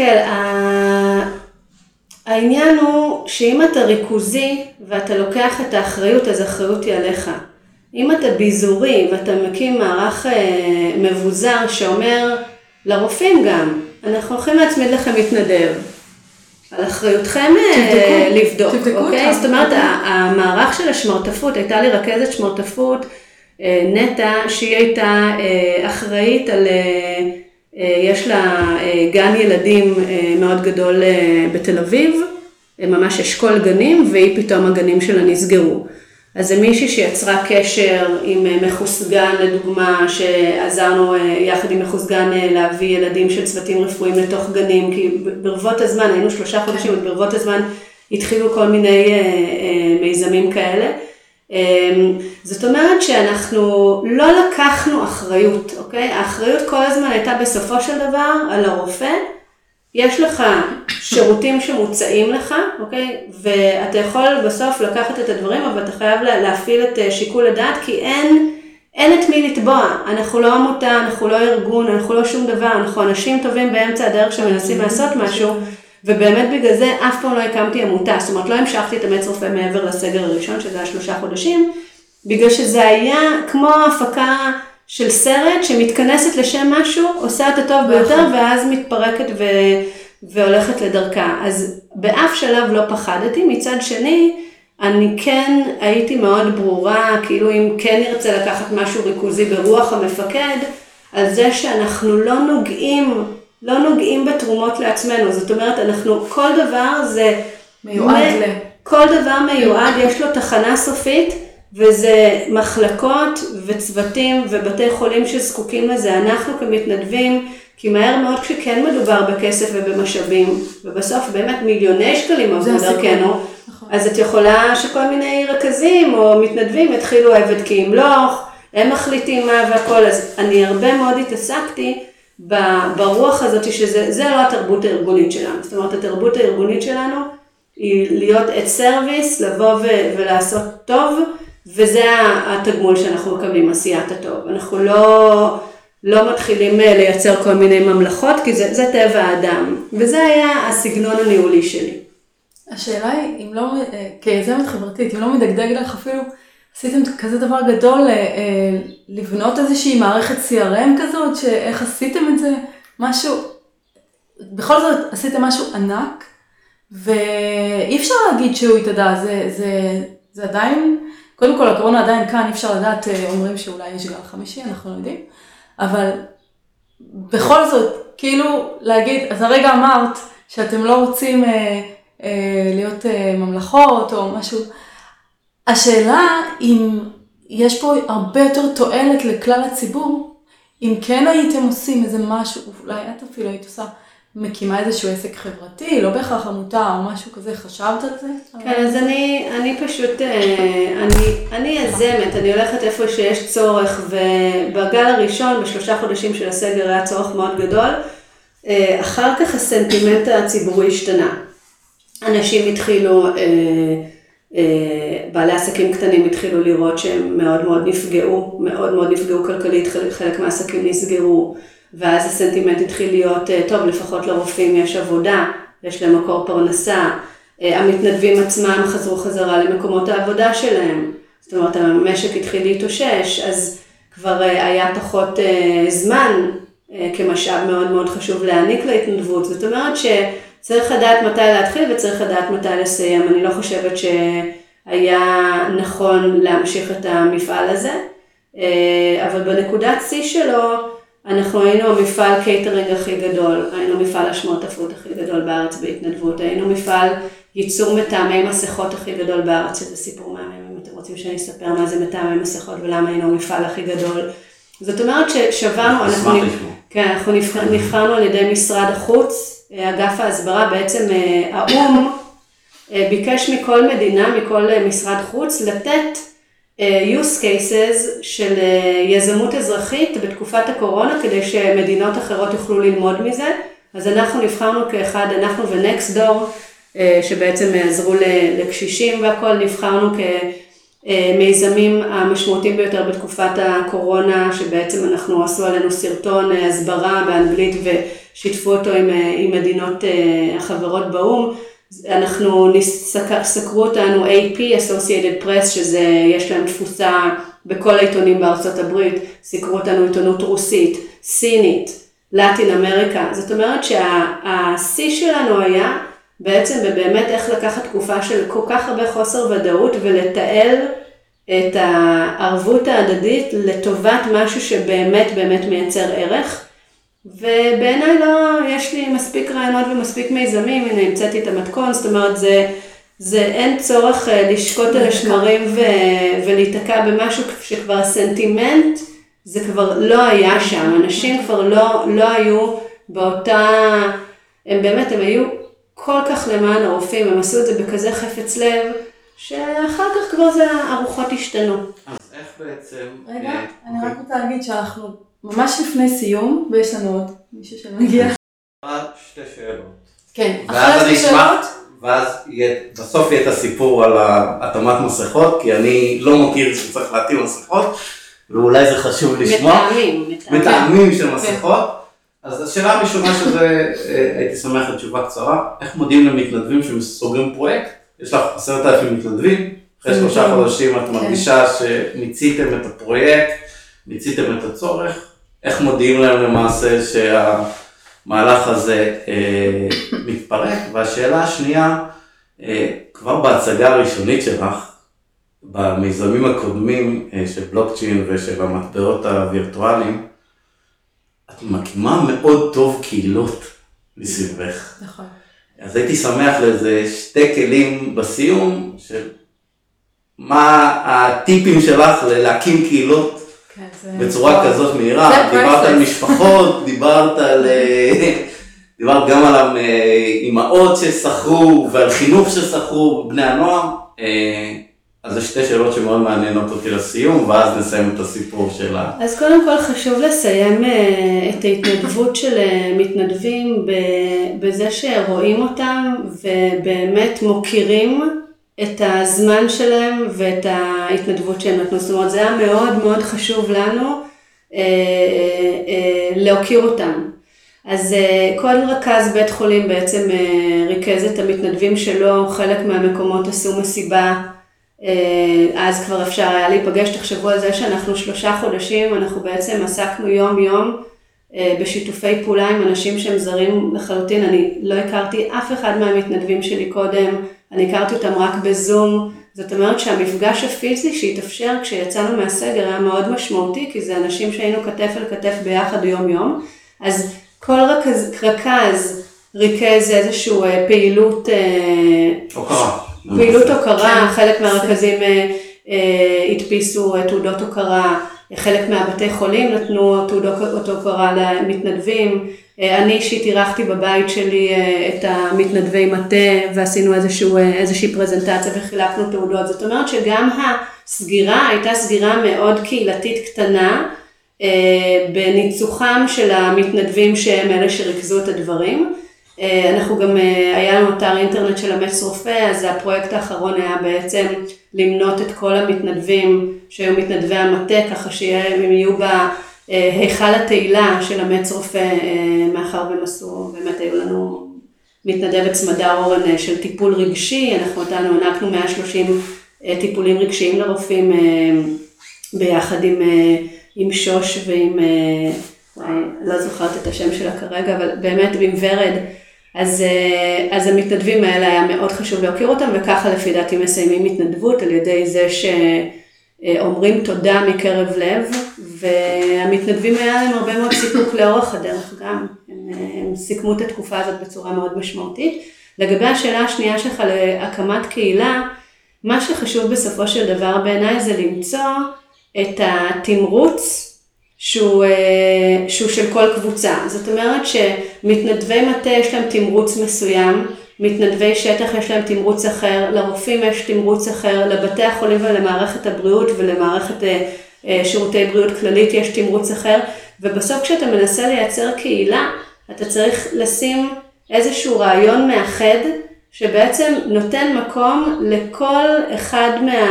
העניין הוא שאם אתה ריכוזי ואתה לוקח את האחריות, אז האחריות היא עליך. אם אתה ביזורי ואתה מקים מערך מבוזר שאומר לרופאים גם, אנחנו הולכים להצמיד לכם מתנדב, על אחריותכם לבדוק, אוקיי? זאת אומרת, המערך של השמרטפות, הייתה לי רכזת שמרטפות, נטה, שהיא הייתה אחראית על, יש לה גן ילדים מאוד גדול בתל אביב, ממש אשכול גנים, והיא פתאום הגנים שלה נסגרו. אז זה מישהי שיצרה קשר עם מחוסגן, לדוגמה, שעזרנו יחד עם מחוסגן להביא ילדים של צוותים רפואיים לתוך גנים, כי ברבות הזמן, היינו 3 חודשים, ברבות הזמן התחילו כל מיני מיזמים כאלה. זאת אומרת שאנחנו לא לקחנו אחריות, אוקיי? האחריות כל הזמן הייתה בסופו של דבר על הרופא, יש לך שירותים שמוצאים לך, אוקיי? ואתה יכול בסוף לקחת את הדברים, אבל אתה חייב להפעיל את שיקול הדעת, כי אין את מי לתבוע. אנחנו לא עמותה, אנחנו לא ארגון, אנחנו לא שום דבר, אנחנו אנשים טובים באמצע הדרך שמנסים לעשות משהו, ובאמת בגלל זה אף פעם לא הקמתי עמותה, זאת אומרת לא המשכתי את אמץ רופא מעבר לסגר הראשון, שזה היה 3 חודשים, בגלל שזה היה כמו הפקה של סרט שמתכנסת לשם משהו, עושה את הטוב ביותר, ואז מתפרקת והולכת לדרכה. אז באף שלב לא פחדתי, מצד שני, אני כן הייתי מאוד ברורה, כאילו אם כן נרצה לקחת משהו ריכוזי ברוח המפקד, על זה שאנחנו לא נוגעים בתרומות לעצמנו. זאת אומרת, כל דבר זה כל דבר מיועד, יש לו תחנה סופית, וזה מחלקות וצוותים ובתי חולים שזקוקים לזה. אנחנו כמתנדבים, כי מהר מאוד כשכן מדובר בכסף ובמשאבים, ובסוף באמת מיליוני שקלים עברו דרכנו, אז את יכולה שכל מיני רכזים או מתנדבים התחילו עבד כי ימלוך, הם מחליטים מה והכל. אז אני הרבה מאוד התעסקתי ברוח הזאת שזה לא התרבות הארגונית שלנו. זאת אומרת, התרבות הארגונית שלנו היא להיות את סרוויס, לבוא ולעשות טוב, וזה התגמול שאנחנו מקבלים, עשיית הטוב. אנחנו לא מתחילים לייצר כל מיני ממלכות, כי זה טבע האדם. וזה היה הסגנון הניהולי שלי. השאלה היא, אם לא, כיזמת חברתית, אם לא מדגדג לך אפילו, עשיתם כזה דבר גדול, לבנות איזושהי מערכת CRM כזאת, שאיך עשיתם את זה? משהו, בכל זאת עשיתם משהו ענק, ואי אפשר להגיד שהוא התדע, זה עדיין, קודם כל הקורונה עדיין כאן, אי אפשר לדעת, אומרים שאולי יש גל 5, אנחנו לא יודעים, אבל בכל זאת, כאילו להגיד, אז הרגע אמרת שאתם לא רוצים להיות ממלכות או משהו, השאלה אם יש פה הרבה יותר תועלת לכלל הציבור, אם כן הייתם עושים איזה משהו, אולי את אפילו היית עושה, מקימה איזשהו עסק חברתי, לא בהכרח עמותה או משהו כזה, חשבת על זה? כן, אז אני פשוט, אני יזמת, אני הולכת איפה שיש צורך, ובגל הראשון, ב3 חודשים של הסגר היה צורך מאוד גדול, אחר כך הסנטימנט הציבורי השתנה. אנשים התחילו, בעלי עסקים קטנים התחילו לראות שהם מאוד מאוד נפגעו כלכלית, חלק מהעסקים נסגרו, ואז הסנטימנט התחיל להיות, טוב, לפחות לרופאים יש עבודה, יש להם מקור פרנסה, המתנדבים עצמם חזרו חזרה למקומות העבודה שלהם, זאת אומרת, המשק התחיל להתאושש, אז כבר היה פחות זמן כמשאב מאוד מאוד חשוב להעניק להתנדבות, זאת אומרת שצריך לדעת מתי להתחיל וצריך לדעת מתי לסיים, אני לא חושבת שהיה נכון להמשיך את המפעל הזה, אבל בנקודת C שלו, אנחנו היינו המפעל קייטרינג הכי גדול, היינו מפעל השמות הפרוט הכי גדול בארץ בהתנדבות, היינו מפעל ייצור מטעמי מסכות הכי גדול בארץ, שזה סיפור מהמם, אם אתם רוצים שאני אספר מה זה מטעמי מסכות ולמה היינו המפעל הכי גדול. זאת אומרת ששברנו, אנחנו נבחרנו על ידי משרד החוץ, אגף ההסברה, בעצם האו"ם ביקש מכל מדינה, מכל משרד חוץ, לתת use cases של יזמות אזרחית בתקופת הקורונה, כדי שמדינות אחרות יוכלו ללמוד מזה. אז אנחנו נבחרנו כאחד, אנחנו ו-Nextdoor, שבעצם עזרו לקשישים והכל, נבחרנו כמיזמים המשמעותיים ביותר בתקופת הקורונה, שבעצם אנחנו עשו עלינו סרטון הסברה באנגלית ושיתפו אותו עם מדינות החברות באו"ם. אנחנו סקרו אותנו AP, Associated Press, שזה יש להם תפוסה בכל העיתונים בארצות הברית, סקרו אותנו עיתונות רוסית, סינית, לטין אמריקה. זאת אומרת שה-C שלנו היה בעצם ובאמת איך לקחת תקופה של כל כך הרבה חוסר ודאות ולתעל את הערבות ההדדית לטובת משהו שבאמת באמת מייצר ערך. ובעיניי לא, יש לי מספיק רעיונות ומספיק מיזמים, הנה המצאתי את המתכון, זאת אומרת אין צורך לשקוט על השמרים ולהתעקע במשהו שכבר סנטימנט, זה כבר לא היה שם, אנשים כבר לא היו באותה, הם היו כל כך למען הרופאים, הם עשו את זה בכזה חפץ לב, שאחר כך כבר הרוחות השתנו. אז איך בעצם... רגע, אני רק רוצה להגיד שאנחנו ממש לפני סיום, ויש לנו עוד מישהו שמגיע. שתי שאלות. כן, אחרי שתי שאלות. ואז בסוף יהיה את הסיפור על התאמת מסכות, כי אני לא מכיר שצריך להתאים מסכות, ואולי זה חשוב לשמוע. מטעמים של מסכות. אז השאלה הראשונה שזה, הייתי שמח לתשובה קצרה, איך מודיעים למתנדבים שסוגרים פרויקט? יש לך 10,000 מתנדבים, אחרי 3 חודשים את מרגישה שמיציתם את הפרויקט, מיציתם את הצורך, איך מודיעים להם למעשה שהמהלך הזה מתפרק? והשאלה השנייה, כבר בהצגה הראשונית שלך, במיזמים הקודמים של בלוקצ'יין ושל המטבעות הווירטואליים, את מקימה מאוד טוב קהילות מסביבך. נכון. אז הייתי שמח לאיזה 2 כלים בסיום, של מה הטיפים שלך להקים קהילות בצורה כזאת מהירה. דיברת על משפחות, דיברת גם על האימהות ששכרו ועל חינוך ששכרו בני הנוער. אז זה 2 שאלות שמאוד מעניינות אותי לסיום, ואז נסיים את הסיפור שלה. אז קודם כל חשוב לסיים את ההתנדבות של מתנדבים בזה שרואים אותם ובאמת מוקירים את הזמן שלהם ואת ההתנדבות שהם נתנו. זאת אומרת, זה היה מאוד מאוד חשוב לנו להוקיר אותם. אז כל רכז בית חולים בעצם ריכז את המתנדבים שלו, חלק מהמקומות עשו מסיבה, אז כבר אפשר היה להיפגש. תחשבו על זה שאנחנו 3 חודשים, אנחנו בעצם עסקנו יום יום בשיתופי פעולה עם אנשים שהם זרים לחלוטין. אני לא הכרתי אף אחד מהמתנדבים שלי קודם, אני הכרתי אותם רק בזום. זאת אומרת שהמפגש הפיזי שהתאפשר כשיצאנו מהסגר היה מאוד משמעותי, כי זה אנשים שהיינו כתף אל כתף ביחד יום יום. אז כל רכז ריכז איזשהו פעילות הוקרה, חלק מהרכזים הדפיסו תעודות הוקרה, חלק מהבתי חולים נתנו תעודות הוקרה למתנדבים. אני אישית אירחתי בבית שלי את המתנדבי מטה ועשינו איזושהי פרזנטציה וחילקנו תעודות. זאת אומרת שגם הסגירה הייתה סגירה מאוד קהילתית קטנה, בניצוחם של המתנדבים שהם אלה שריכזו את הדברים. אנחנו גם, היה לנו אתר אינטרנט של אמץ רופא, אז הפרויקט האחרון היה בעצם למנות את כל המתנדבים שהיו מתנדבי המטה, ככה שהם יהיו בהיכל התהילה של אמץ רופא, מאחר והם עשו, באמת היו לנו מתנדבת סמדר אורן של טיפול רגשי, אנחנו הענקנו 130 טיפולים רגשיים לרופאים, ביחד עם שוש ועם, לא זוכרת את השם שלה כרגע, אבל באמת עם ורד. אז המתנדבים האלה היה מאוד חשוב להכיר אותם, וככה לפי דעתי מסיימים התנדבות על ידי זה שאומרים תודה מקרב לב, והמתנדבים היה להם הרבה מאוד סיפוק לאורך הדרך גם, הם סיכמו את התקופה הזאת בצורה מאוד משמעותית. לגבי השאלה השנייה שלך להקמת קהילה, מה שחשוב בסופו של דבר בעיניי זה למצוא את התמרוץ שהוא של כל קבוצה. זאת אומרת שמתנדבי מטה יש להם תמרוץ מסוים, מתנדבי שטח יש להם תמרוץ אחר, לרופאים יש תמרוץ אחר, לבתי החולים ולמערכת הבריאות ולמערכת שירותי בריאות כללית יש תמרוץ אחר, ובסוף כשאתה מנסה לייצר קהילה, אתה צריך לשים איזשהו רעיון מאחד, שבעצם נותן מקום לכל אחד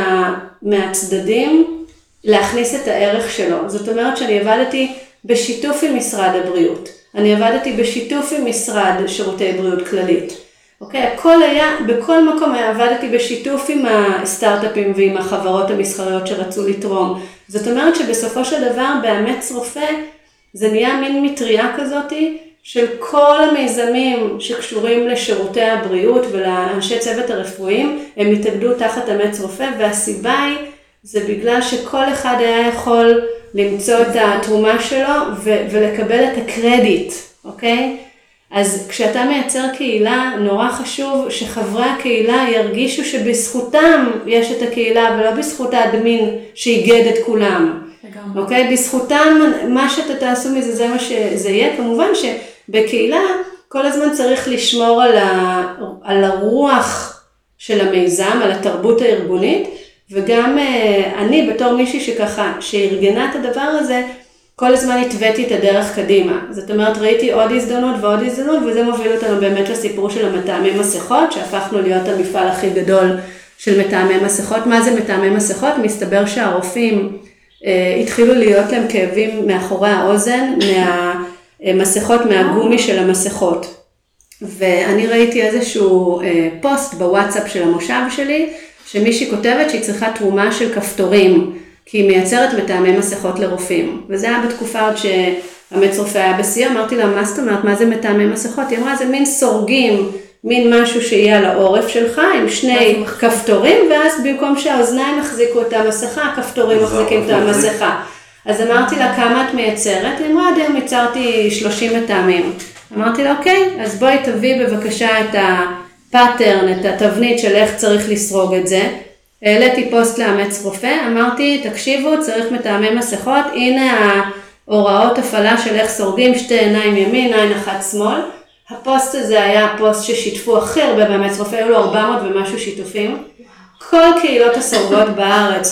מהצדדים להכניס את הערך שלו. זאת אומרת שאני עבדתי בשיתוף עם משרד הבריאות, אני עבדתי בשיתוף עם משרד שירותי בריאות כללית. אוקיי, הכל היה, בכל מקום עבדתי בשיתוף עם הסטארט-אפים ועם החברות המסחריות שרצו לתרום. זאת אומרת שבסופו של דבר באמץ רופא זה נהיה מין מטריה כזאת של כל המיזמים שקשורים לשירותי הבריאות ולאנשי צוות הרפואיים, הם התאגדו תחת אמץ רופא, והסיבה היא זה בגלל שכל אחד היה יכול למצוא את התרומה שלו ולקבל את הקרדיט, אוקיי? אז כשאתה מייצר קהילה, נורא חשוב שחברי הקהילה ירגישו שבזכותם יש את הקהילה, ולא בזכות האדמין שאיגד את כולם. אוקיי? בזכותם, מה שאתה תעשו מזה, זה מה שזה יהיה. כמובן שבקהילה, כל הזמן צריך לשמור על הרוח של המיזם, על התרבות הארגונית, וגם אני בתור מישהי שארגנה את הדבר הזה, כל הזמן התוויתי את הדרך קדימה. זאת אומרת, ראיתי עוד הזדמנות ועוד הזדמנות, וזה מוביל אותנו באמת לסיפור של המתאמי מסכות, שהפכנו להיות המפעל הכי גדול של מתאמי מסכות. מה זה מתאמי מסכות? מסתבר שהרופאים התחילו להיות להם כאבים מאחורי האוזן, מהמסכות, מהגומי של המסכות. ואני ראיתי איזשהו פוסט בוואטסאפ של המושב שלי, שמישהי כותבת שהיא צריכה תרומה של כפתורים, כי היא מייצרת מתאמי מסכות לרופאים. וזה היה בתקופה עוד שהאמץ רופא היה בשיאו, אמרתי לה, מה זאת אומרת, מה זה מתאמי מסכות? היא אמרה, זה מין סורגים, מין משהו שיהיה על העורף שלך, עם שני כפתורים, ואז במקום שהאוזניים החזיקו את המסכה, הכפתורים מחזיקים את המסכה. אז אמרתי לה, כמה את מייצרת? היא אמרה, עד היום ייצרתי 30 מתאמים. אמרתי לה, אוקיי, אז בואי תביא בבקשה את הפאטרן, את התבנית של איך צריך לסרוג את זה. העליתי פוסט לאמץ רופא, אמרתי, תקשיבו, צריך מתאמי מסכות, הנה ההוראות הפעלה של איך סורגים, שתי עיניים ימין, עין אחת שמאל. הפוסט הזה היה הפוסט ששיתפו הכי הרבה באמץ רופא, היו לו 400 ומשהו שיתופים. כל קהילות הסורגות בארץ,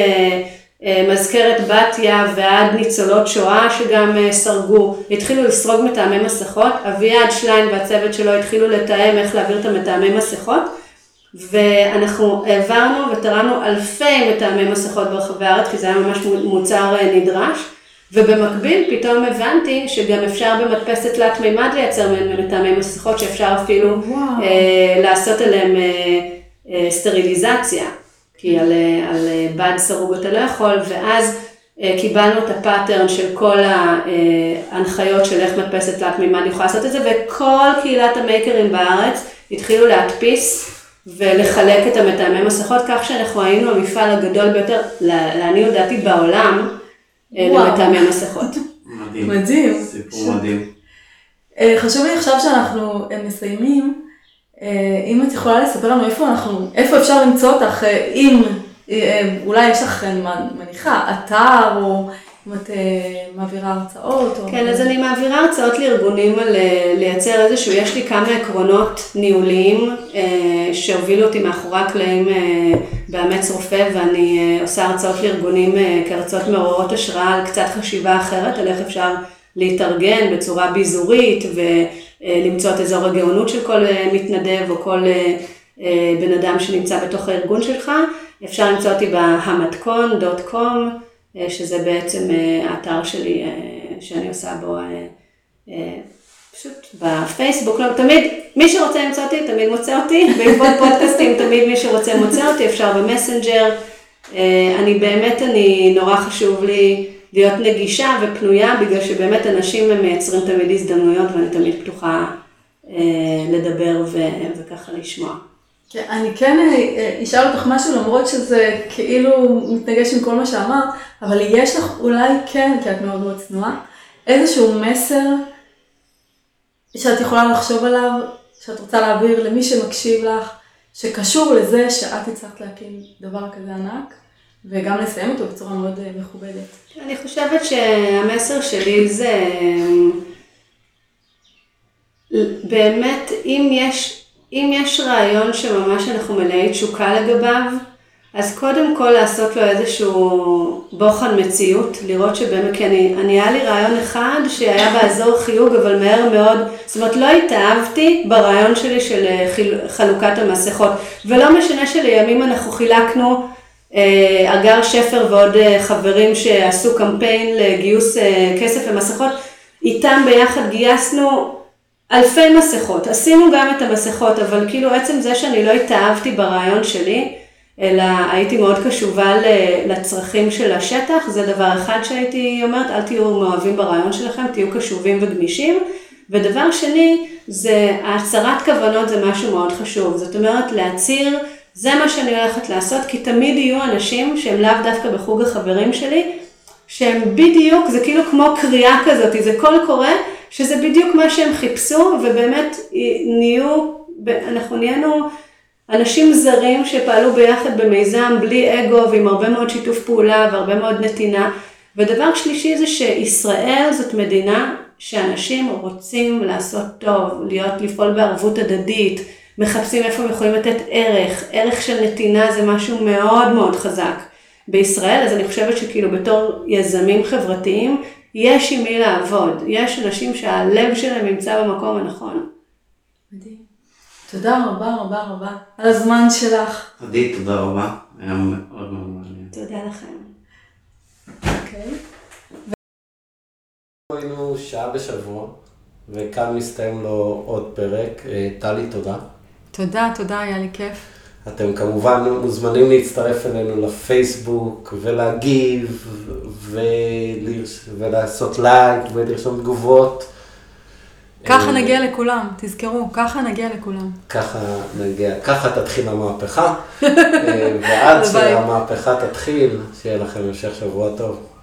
מזכרת בתיה ועד ניצולות שואה שגם סרגו, התחילו לסרוג מתאמי מסכות, אביעד שליין והצוות שלו התחילו לתאם איך להעביר את המתאמי מסכות, ואנחנו העברנו ותרמנו אלפי מתאמי מסכות ברחבי הארץ, כי זה היה ממש מוצר נדרש, ובמקביל פתאום הבנתי שגם אפשר במדפסת תלת מימד לייצר מתאמי מסכות, שאפשר אפילו לעשות עליהם סטריליזציה. כי על בד סרוג אתה לא יכול, ואז קיבלנו את הפאטרן של כל ההנחיות של איך מדפסת תלת מימד יכולה לעשות את זה, וכל קהילת המייקרים בארץ התחילו להדפיס ולחלק את המתאמי מסכות, כך שאנחנו היינו המפעל הגדול ביותר, לעניות דעתי בעולם, למתאמי מסכות. מדהים. סיפור מדהים. חשוב לי עכשיו שאנחנו מסיימים, אם את יכולה לספר לנו איפה אפשר למצוא אותך, אם אולי יש לך מניחה, אתר, או אם את מעבירה הרצאות. כן, אז אני מעבירה הרצאות לארגונים על לייצר איזשהו, יש לי כמה עקרונות ניהוליים שהובילו אותי מאחורי הקלעים באמץ רופא, ואני עושה הרצאות לארגונים כהרצאות מעוררות השראה על קצת חשיבה אחרת, על איך אפשר להתארגן בצורה ביזורית ולמצוא את אזור הגאונות של כל מתנדב או כל בן אדם שנמצא בתוך הארגון שלך. אפשר למצוא אותי בהמתכון.com, שזה בעצם האתר שלי שאני עושה בו פשוט בפייסבוק. לא, תמיד מי שרוצה למצוא אותי תמיד מוצא אותי, בעקבות פודקאסטים תמיד מי שרוצה מוצא אותי, אפשר במסנג'ר. אני נורא חשוב לי להיות נגישה ופנויה, בגלל שבאמת אנשים הם מייצרים תמיד הזדמנויות, ואני תמיד פתוחה לדבר וככה לשמוע. אני כן אשאל אותך משהו, למרות שזה כאילו מתנגש עם כל מה שאמרת, אבל יש לך אולי כן, כי את מאוד מאוד צנועה, איזשהו מסר שאת יכולה לחשוב עליו, שאת רוצה להעביר למי שמקשיב לך, שקשור לזה שאת הצלחת להקים דבר כזה ענק, וגם לסיים אותו בצורה מאוד מכובדת. אני חושבת שהמסר שלי זה באמת, אם יש רעיון שממש אנחנו מלאי תשוקה לגביו, אז קודם כל לעשות לו איזשהו בוחן מציאות, לראות שבאמת, כי היה לי רעיון אחד שהיה באזור חיוג, אבל מהר מאוד, זאת אומרת, לא התאהבתי ברעיון שלי של חלוקת המסכות, ולא משנה שלימים אנחנו חילקנו, אגר שפר ועוד חברים שעשו קמפיין לגיוס כסף ומסכות, איתם ביחד גייסנו אלפי מסכות, עשינו גם את המסכות, אבל כאילו עצם זה שאני לא התאהבתי ברעיון שלי, אלא הייתי מאוד קשובה לצרכים של השטח, זה דבר אחד שהייתי אומרת, אל תהיו מאוהבים ברעיון שלכם, תהיו קשובים וגמישים, ודבר שני, זה הצהרת כוונות זה משהו מאוד חשוב, זאת אומרת להצהיר, זה מה שאני הולכת לעשות, כי תמיד יהיו אנשים שהם לאו דווקא בחוג החברים שלי, שהם בדיוק, זה כאילו כמו קריאה כזאת, זה כל קורא, שזה בדיוק מה שהם חיפשו, ובאמת אנחנו נהיינו אנשים זרים שפעלו ביחד במיזם בלי אגו ועם הרבה מאוד שיתוף פעולה והרבה מאוד נתינה. ודבר שלישי זה שישראל זאת מדינה שאנשים רוצים לעשות טוב, לפעול בערבות הדדית, מחפשים איפה הם יכולים לתת ערך של נתינה זה משהו מאוד מאוד חזק בישראל, אז אני חושבת שכאילו בתור יזמים חברתיים, יש עם מי לעבוד, יש אנשים שהלב שלהם נמצא במקום הנכון. מדהים. תודה רבה רבה רבה על הזמן שלך. עדי, תודה רבה, היה מאוד מאוד מעניין. תודה לכם. אוקיי. היינו שעה בשבוע, וכאן מסתיים לו עוד פרק. טלי, תודה. תודה, היה לי כיף. אתם כמובן מוזמנים להצטרף אלינו לפייסבוק ולהגיב ולעשות לייק ולרשום תגובות. ככה נגיע לכולם, תזכרו, ככה נגיע לכולם. ככה תתחיל המהפכה, ועד שהמהפכה תתחיל, שיהיה לכם המשך שבוע טוב.